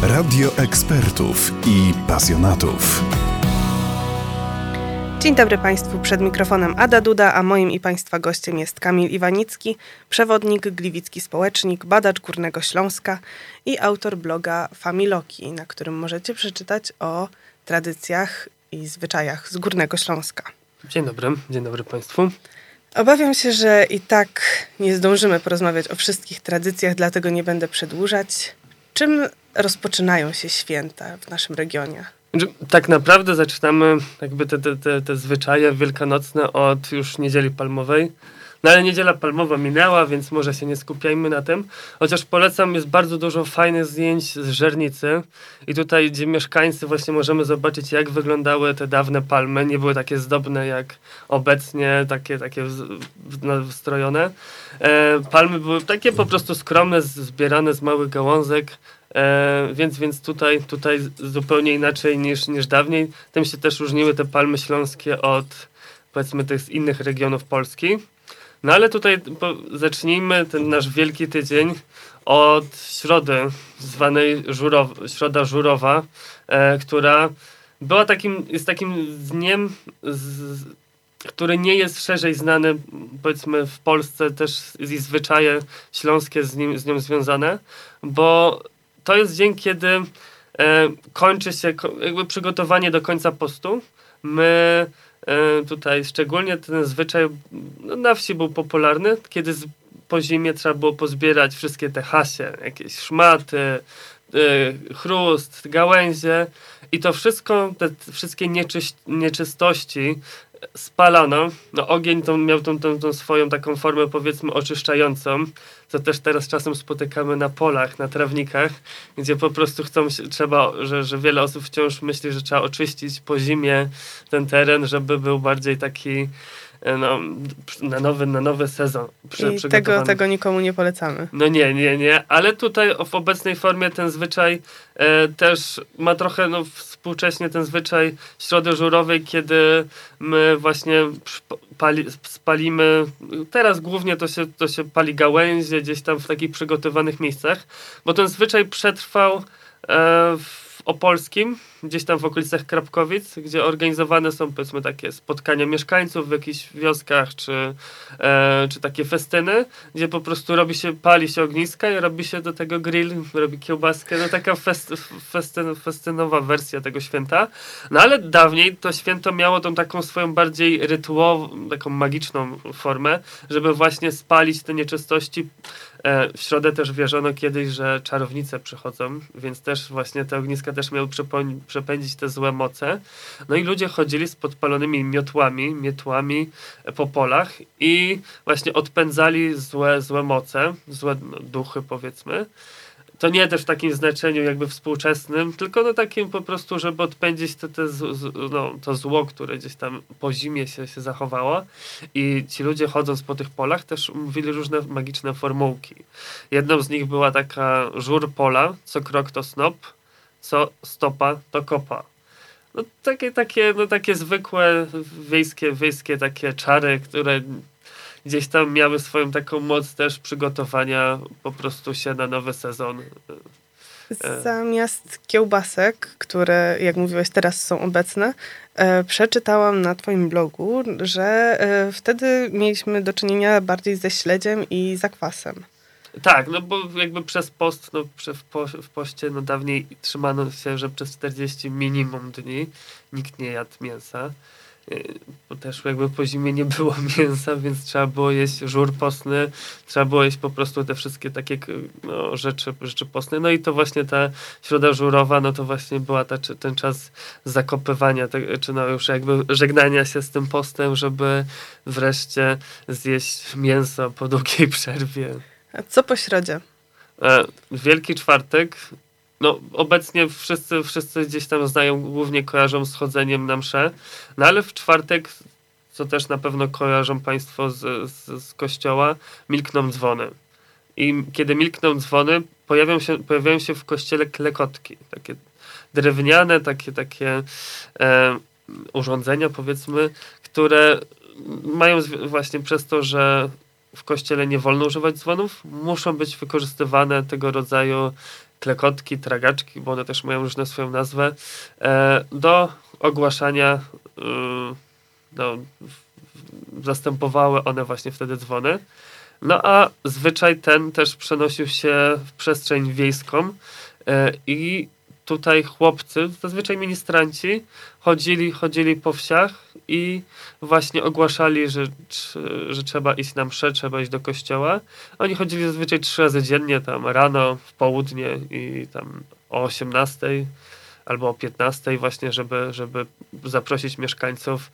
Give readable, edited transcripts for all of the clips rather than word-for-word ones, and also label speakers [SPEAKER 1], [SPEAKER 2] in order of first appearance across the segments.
[SPEAKER 1] Radio ekspertów i pasjonatów.
[SPEAKER 2] Dzień dobry Państwu, przed mikrofonem Ada Duda, a moim i Państwa gościem jest Kamil Iwanicki, przewodnik, gliwicki społecznik, badacz Górnego Śląska i autor bloga Familoki, na którym możecie przeczytać o tradycjach i zwyczajach z Górnego Śląska.
[SPEAKER 3] Dzień dobry Państwu.
[SPEAKER 2] Obawiam się, że i tak nie zdążymy porozmawiać o wszystkich tradycjach, dlatego nie będę przedłużać. Czym rozpoczynają się święta w naszym regionie?
[SPEAKER 3] Tak naprawdę zaczynamy jakby te zwyczaje wielkanocne od już Niedzieli Palmowej. No ale Niedziela Palmowa minęła, więc może się nie skupiajmy na tym. Chociaż polecam, jest bardzo dużo fajnych zdjęć z Żernicy. I tutaj, gdzie mieszkańcy, właśnie możemy zobaczyć, jak wyglądały te dawne palmy. Nie były takie zdobne jak obecnie, takie wystrojone. Palmy były takie po prostu skromne, zbierane z małych gałązek. Więc tutaj zupełnie inaczej niż dawniej. Tym się też różniły te palmy śląskie od, powiedzmy, tych z innych regionów Polski. No ale tutaj zacznijmy ten nasz wielki tydzień od środy, zwanej Środa Żurowa, która była jest takim dniem, który nie jest szerzej znany, powiedzmy, w Polsce, też i zwyczaje śląskie z nią związane, bo to jest dzień, kiedy kończy się jakby przygotowanie do końca postu. My tutaj szczególnie ten zwyczaj na wsi był popularny, kiedy po zimie trzeba było pozbierać wszystkie te hasie, jakieś szmaty, chrust, gałęzie i to wszystko, te wszystkie nieczystości spalano. No ogień miał tą swoją taką formę, powiedzmy, oczyszczającą, co też teraz czasem spotykamy na polach, na trawnikach, gdzie po prostu że wiele osób wciąż myśli, że trzeba oczyścić po zimie ten teren, żeby był bardziej taki na nowy sezon
[SPEAKER 2] I tego nikomu nie polecamy.
[SPEAKER 3] No nie, ale tutaj w obecnej formie ten zwyczaj też ma trochę, współcześnie ten zwyczaj Środy Żurowej, kiedy my właśnie spalimy, teraz głównie to się pali gałęzie gdzieś tam w takich przygotowanych miejscach, bo ten zwyczaj przetrwał w Opolskim, gdzieś tam w okolicach Krapkowic, gdzie organizowane są, powiedzmy, takie spotkania mieszkańców w jakichś wioskach, czy takie festyny, gdzie po prostu pali się ogniska i robi się do tego grill, robi kiełbaskę, taka festynowa wersja tego święta. No ale dawniej to święto miało tą taką swoją bardziej rytuałową, taką magiczną formę, żeby właśnie spalić te nieczystości. W środę też wierzono kiedyś, że czarownice przychodzą, więc też właśnie te ogniska też miały przepędzić te złe moce. No i ludzie chodzili z podpalonymi miotłami po polach i właśnie odpędzali złe moce, złe duchy, powiedzmy. To nie też w takim znaczeniu jakby współczesnym, tylko takim po prostu, żeby odpędzić to zło, które gdzieś tam po zimie się zachowało. I ci ludzie, chodząc po tych polach, też mówili różne magiczne formułki. Jedną z nich była taka: żur pola, co krok to snop, co stopa to kopa. Takie zwykłe wiejskie takie czary, które gdzieś tam miały swoją taką moc też przygotowania po prostu się na nowy sezon.
[SPEAKER 2] Zamiast kiełbasek, które, jak mówiłeś, teraz są obecne, przeczytałam na twoim blogu, że wtedy mieliśmy do czynienia bardziej ze śledziem i zakwasem.
[SPEAKER 3] Tak, bo jakby przez post, w poście dawniej trzymano się, że przez 40 minimum dni nikt nie jadł mięsa. Bo też jakby po zimie nie było mięsa, więc trzeba było jeść żur postny, trzeba było jeść po prostu te wszystkie takie rzeczy postne. No i to właśnie ta Środa Żurowa, to właśnie była ten czas zakopywania, czy już jakby żegnania się z tym postem, żeby wreszcie zjeść mięso po długiej przerwie.
[SPEAKER 2] A co po środzie?
[SPEAKER 3] Wielki Czwartek. Obecnie wszyscy gdzieś tam znają, głównie kojarzą z chodzeniem na mszę. No ale w czwartek, co też na pewno kojarzą Państwo z kościoła, milkną dzwony. I kiedy milkną dzwony, pojawiają się w kościele klekotki. Takie drewniane, takie urządzenia, powiedzmy, które mają właśnie przez to, że w kościele nie wolno używać dzwonów, muszą być wykorzystywane tego rodzaju klekotki, tragaczki, bo one też mają różne swoją nazwę, do ogłaszania, no, zastępowały one właśnie wtedy dzwony. No a zwyczaj ten też przenosił się w przestrzeń wiejską i tutaj chłopcy, zazwyczaj ministranci, chodzili po wsiach i właśnie ogłaszali, że trzeba iść na mszę, trzeba iść do kościoła. Oni chodzili zazwyczaj 3 razy dziennie, tam rano, w południe i tam o 18 albo o 15 właśnie, żeby zaprosić mieszkańców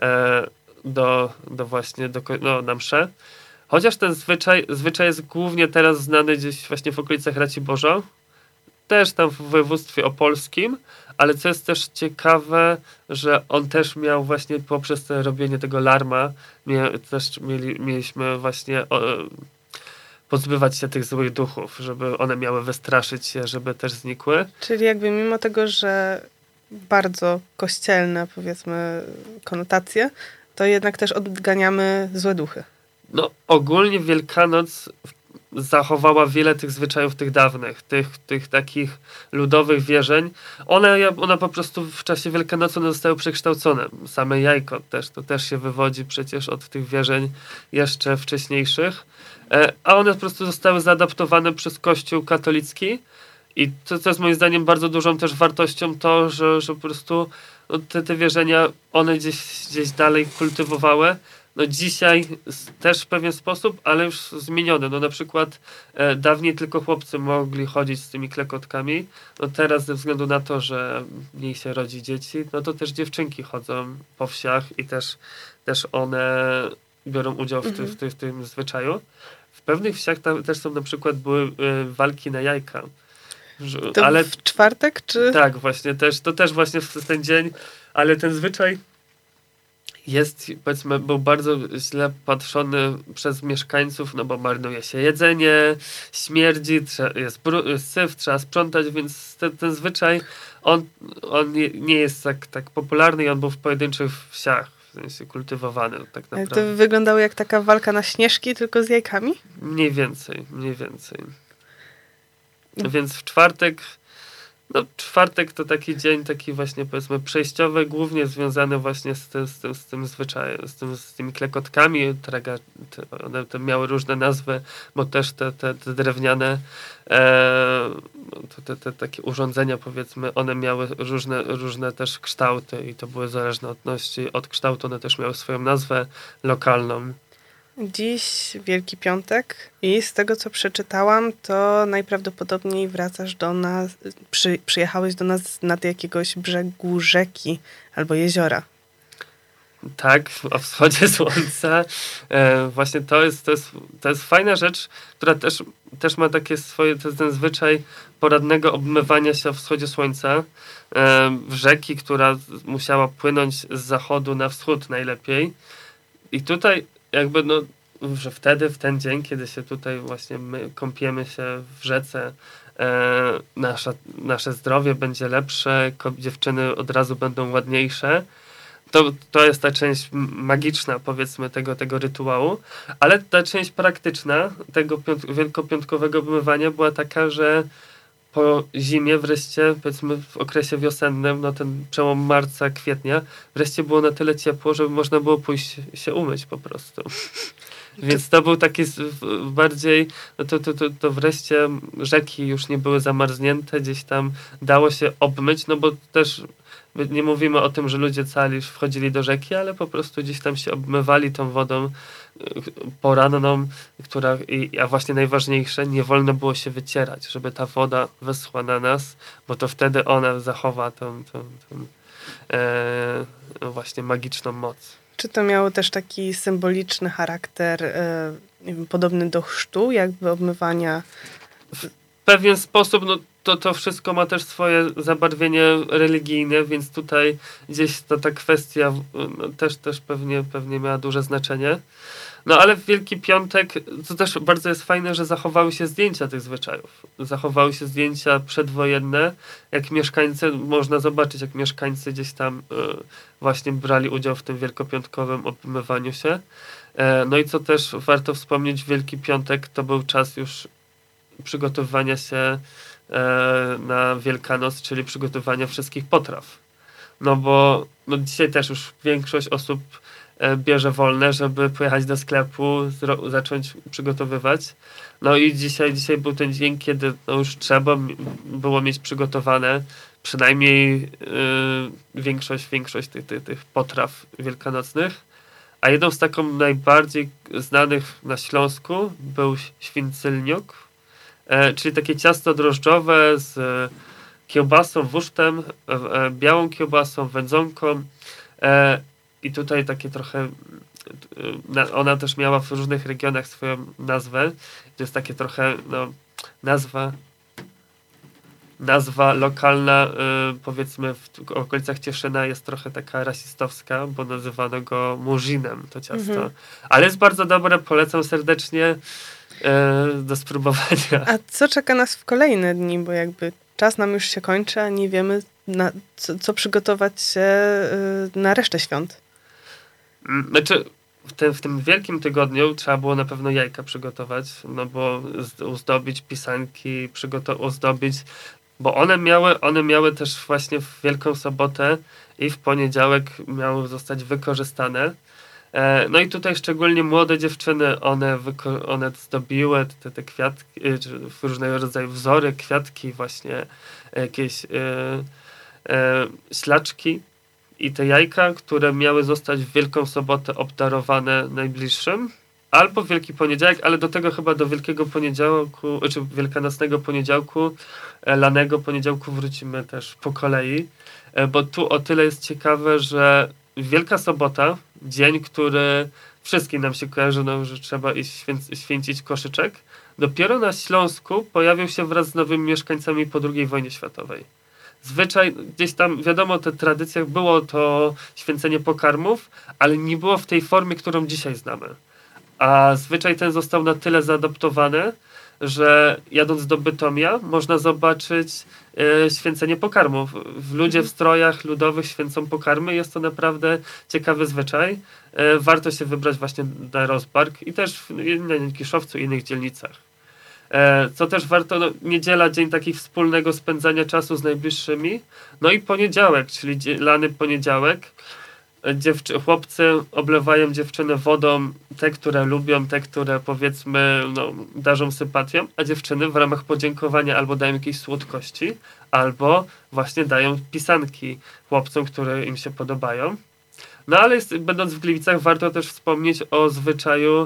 [SPEAKER 3] na mszę. Chociaż ten zwyczaj jest głównie teraz znany gdzieś właśnie w okolicach Raciborza, też tam w województwie opolskim, ale co jest też ciekawe, że on też miał właśnie poprzez to robienie tego larma, mieliśmy właśnie pozbywać się tych złych duchów, żeby one miały wystraszyć się, żeby też znikły.
[SPEAKER 2] Czyli jakby mimo tego, że bardzo kościelne, powiedzmy, konotacje, to jednak też odganiamy złe duchy.
[SPEAKER 3] No ogólnie Wielkanoc zachowała wiele tych zwyczajów, tych dawnych, tych takich ludowych wierzeń. One po prostu w czasie Wielkanocy one zostały przekształcone. Same jajko to też się wywodzi przecież od tych wierzeń jeszcze wcześniejszych. A one po prostu zostały zaadaptowane przez Kościół katolicki i to jest moim zdaniem bardzo dużą też wartością to, że po prostu no, te wierzenia one gdzieś dalej kultywowały. No dzisiaj też w pewien sposób, ale już zmienione. No na przykład dawniej tylko chłopcy mogli chodzić z tymi klekotkami. No teraz ze względu na to, że mniej się rodzi dzieci, no to też dziewczynki chodzą po wsiach i też one biorą udział w tym zwyczaju. W pewnych wsiach tam też są na przykład były walki na jajka.
[SPEAKER 2] Ale w czwartek, czy?
[SPEAKER 3] Tak, właśnie. To też właśnie w ten dzień, ale ten zwyczaj powiedzmy, był bardzo źle patrzony przez mieszkańców, no bo marnuje się jedzenie, śmierdzi, jest syf, trzeba sprzątać, więc ten zwyczaj, on nie jest tak popularny i on był w pojedynczych wsiach, w sensie kultywowany tak naprawdę.
[SPEAKER 2] To wyglądało jak taka walka na śnieżki, tylko z jajkami?
[SPEAKER 3] Mniej więcej. Więc w czwartek to taki dzień, taki właśnie powiedzmy przejściowy, głównie związany właśnie z tym zwyczajem, z tymi klekotkami. One miały różne nazwy, bo też te drewniane te takie urządzenia, powiedzmy, one miały różne też kształty i to były zależne od kształtu, one też miały swoją nazwę lokalną.
[SPEAKER 2] Dziś Wielki Piątek i z tego, co przeczytałam, to najprawdopodobniej wracasz do nas, przyjechałeś do nas nad jakiegoś brzegu rzeki albo jeziora.
[SPEAKER 3] Tak, o wschodzie słońca. Właśnie to jest fajna rzecz, która też ma takie swoje, to jest ten zwyczaj porannego obmywania się o wschodzie słońca w rzeki, która musiała płynąć z zachodu na wschód najlepiej. I tutaj jakby że wtedy, w ten dzień, kiedy się tutaj właśnie my kąpiemy się w rzece, nasze zdrowie będzie lepsze, dziewczyny od razu będą ładniejsze. To jest ta część magiczna, powiedzmy, tego rytuału, ale ta część praktyczna tego wielkopiątkowego obmywania była taka, że po zimie wreszcie, powiedzmy w okresie wiosennym, no ten przełom marca, kwietnia, wreszcie było na tyle ciepło, żeby można było pójść się umyć po prostu. Więc to był taki bardziej, no to wreszcie rzeki już nie były zamarznięte, gdzieś tam dało się obmyć, no bo też nie mówimy o tym, że ludzie cali wchodzili do rzeki, ale po prostu gdzieś tam się obmywali tą wodą poranną, a właśnie najważniejsze, nie wolno było się wycierać, żeby ta woda wyschła na nas, bo to wtedy ona zachowa tą właśnie magiczną moc. Czy
[SPEAKER 2] to miało też taki symboliczny charakter, nie wiem, podobny do chrztu, jakby obmywania?
[SPEAKER 3] W pewien sposób, no to wszystko ma też swoje zabarwienie religijne, więc tutaj gdzieś ta kwestia też pewnie miała duże znaczenie. No ale w Wielki Piątek, to też bardzo jest fajne, że zachowały się zdjęcia tych zwyczajów. Zachowały się zdjęcia przedwojenne, jak mieszkańcy, można zobaczyć, jak mieszkańcy gdzieś tam właśnie brali udział w tym wielkopiątkowym obmywaniu się. No i co też warto wspomnieć, Wielki Piątek to był czas już przygotowywania się na Wielkanoc, czyli przygotowania wszystkich potraw. No bo dzisiaj też już większość osób bierze wolne, żeby pojechać do sklepu, zacząć przygotowywać. No i dzisiaj był ten dzień, kiedy już trzeba było mieć przygotowane przynajmniej większość tych potraw wielkanocnych. A jedną z taką najbardziej znanych na Śląsku był świncylniok, czyli takie ciasto drożdżowe z kiełbasą, wusztem, białą kiełbasą, wędzonką. I tutaj takie trochę, ona też miała w różnych regionach swoją nazwę. To jest takie trochę, nazwa lokalna, powiedzmy w okolicach Cieszyna jest trochę taka rasistowska, bo nazywano go murzinem, to ciasto. Ale jest bardzo dobre, polecam serdecznie do spróbowania.
[SPEAKER 2] A co czeka nas w kolejne dni, bo jakby czas nam już się kończy, a nie wiemy co przygotować się na resztę świąt.
[SPEAKER 3] Znaczy, w tym wielkim tygodniu trzeba było na pewno jajka przygotować, no bo uzdobić pisanki, ozdobić, bo one miały też właśnie w Wielką Sobotę i w poniedziałek miały zostać wykorzystane. No i tutaj szczególnie młode dziewczyny, one zdobiły te kwiatki, w różnego rodzaju wzory, kwiatki, właśnie jakieś ślaczki i te jajka, które miały zostać w Wielką Sobotę obdarowane najbliższym, albo w Wielki Poniedziałek, ale do tego chyba do Wielkiego Poniedziałku, czy Wielkanocnego Poniedziałku, lanego poniedziałku wrócimy też po kolei, bo tu o tyle jest ciekawe, że Wielka Sobota, dzień, który wszystkim nam się kojarzy, że trzeba iść święcić koszyczek, dopiero na Śląsku pojawił się wraz z nowymi mieszkańcami po II wojnie światowej. Zwyczaj, gdzieś tam, wiadomo, w tradycjach było to święcenie pokarmów, ale nie było w tej formie, którą dzisiaj znamy. A zwyczaj ten został na tyle zaadoptowany, że jadąc do Bytomia można zobaczyć święcenie pokarmów. Ludzie w strojach ludowych święcą pokarmy. Jest to naprawdę ciekawy zwyczaj. Warto się wybrać właśnie na Rozbark i też na Kiszowcu i innych dzielnicach. Co też warto, niedziela, dzień taki wspólnego spędzania czasu z najbliższymi. No i poniedziałek, czyli lany poniedziałek. Chłopcy oblewają dziewczyny wodą, te, które lubią, te, które powiedzmy darzą sympatią, a dziewczyny w ramach podziękowania albo dają jakieś słodkości, albo właśnie dają pisanki chłopcom, które im się podobają. No ale będąc w Gliwicach warto też wspomnieć o zwyczaju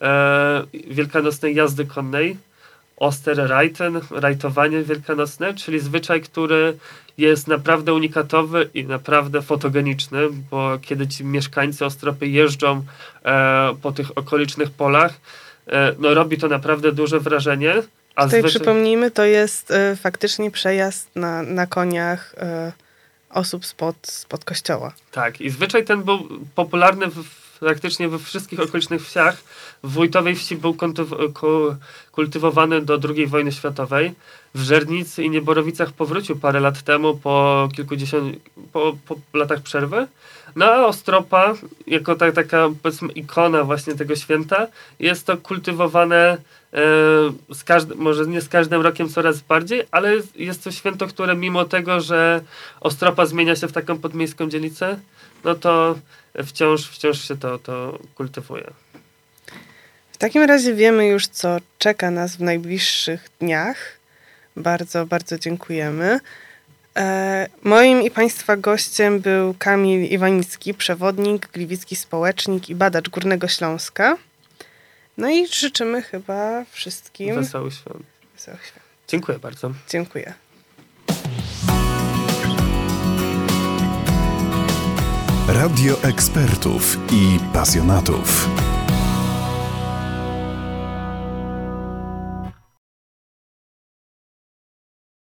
[SPEAKER 3] wielkanocnej jazdy konnej, Osterreiten, rajtowanie wielkanocne, czyli zwyczaj, który jest naprawdę unikatowy i naprawdę fotogeniczny, bo kiedy ci mieszkańcy Ostropy jeżdżą po tych okolicznych polach, robi to naprawdę duże wrażenie. A
[SPEAKER 2] tutaj przypomnijmy, to jest faktycznie przejazd na koniach osób spod kościoła.
[SPEAKER 3] Tak, i zwyczaj ten był popularny praktycznie we wszystkich okolicznych wsiach. W Wójtowej Wsi był kultywowany do II wojny światowej. W Żernicy i Nieborowicach powrócił parę lat temu po latach przerwy. No a Ostropa, jako taka powiedzmy ikona właśnie tego święta, jest to kultywowane może nie z każdym rokiem coraz bardziej, ale jest to święto, które mimo tego, że Ostropa zmienia się w taką podmiejską dzielnicę, no to wciąż się to kultywuje.
[SPEAKER 2] W takim razie wiemy już, co czeka nas w najbliższych dniach. Bardzo, bardzo dziękujemy. Moim i Państwa gościem był Kamil Iwanicki, przewodnik, gliwicki społecznik i badacz Górnego Śląska. No i życzymy chyba wszystkim
[SPEAKER 3] Wesołych świąt. Dziękuję bardzo.
[SPEAKER 2] Dziękuję.
[SPEAKER 1] Radio ekspertów i pasjonatów.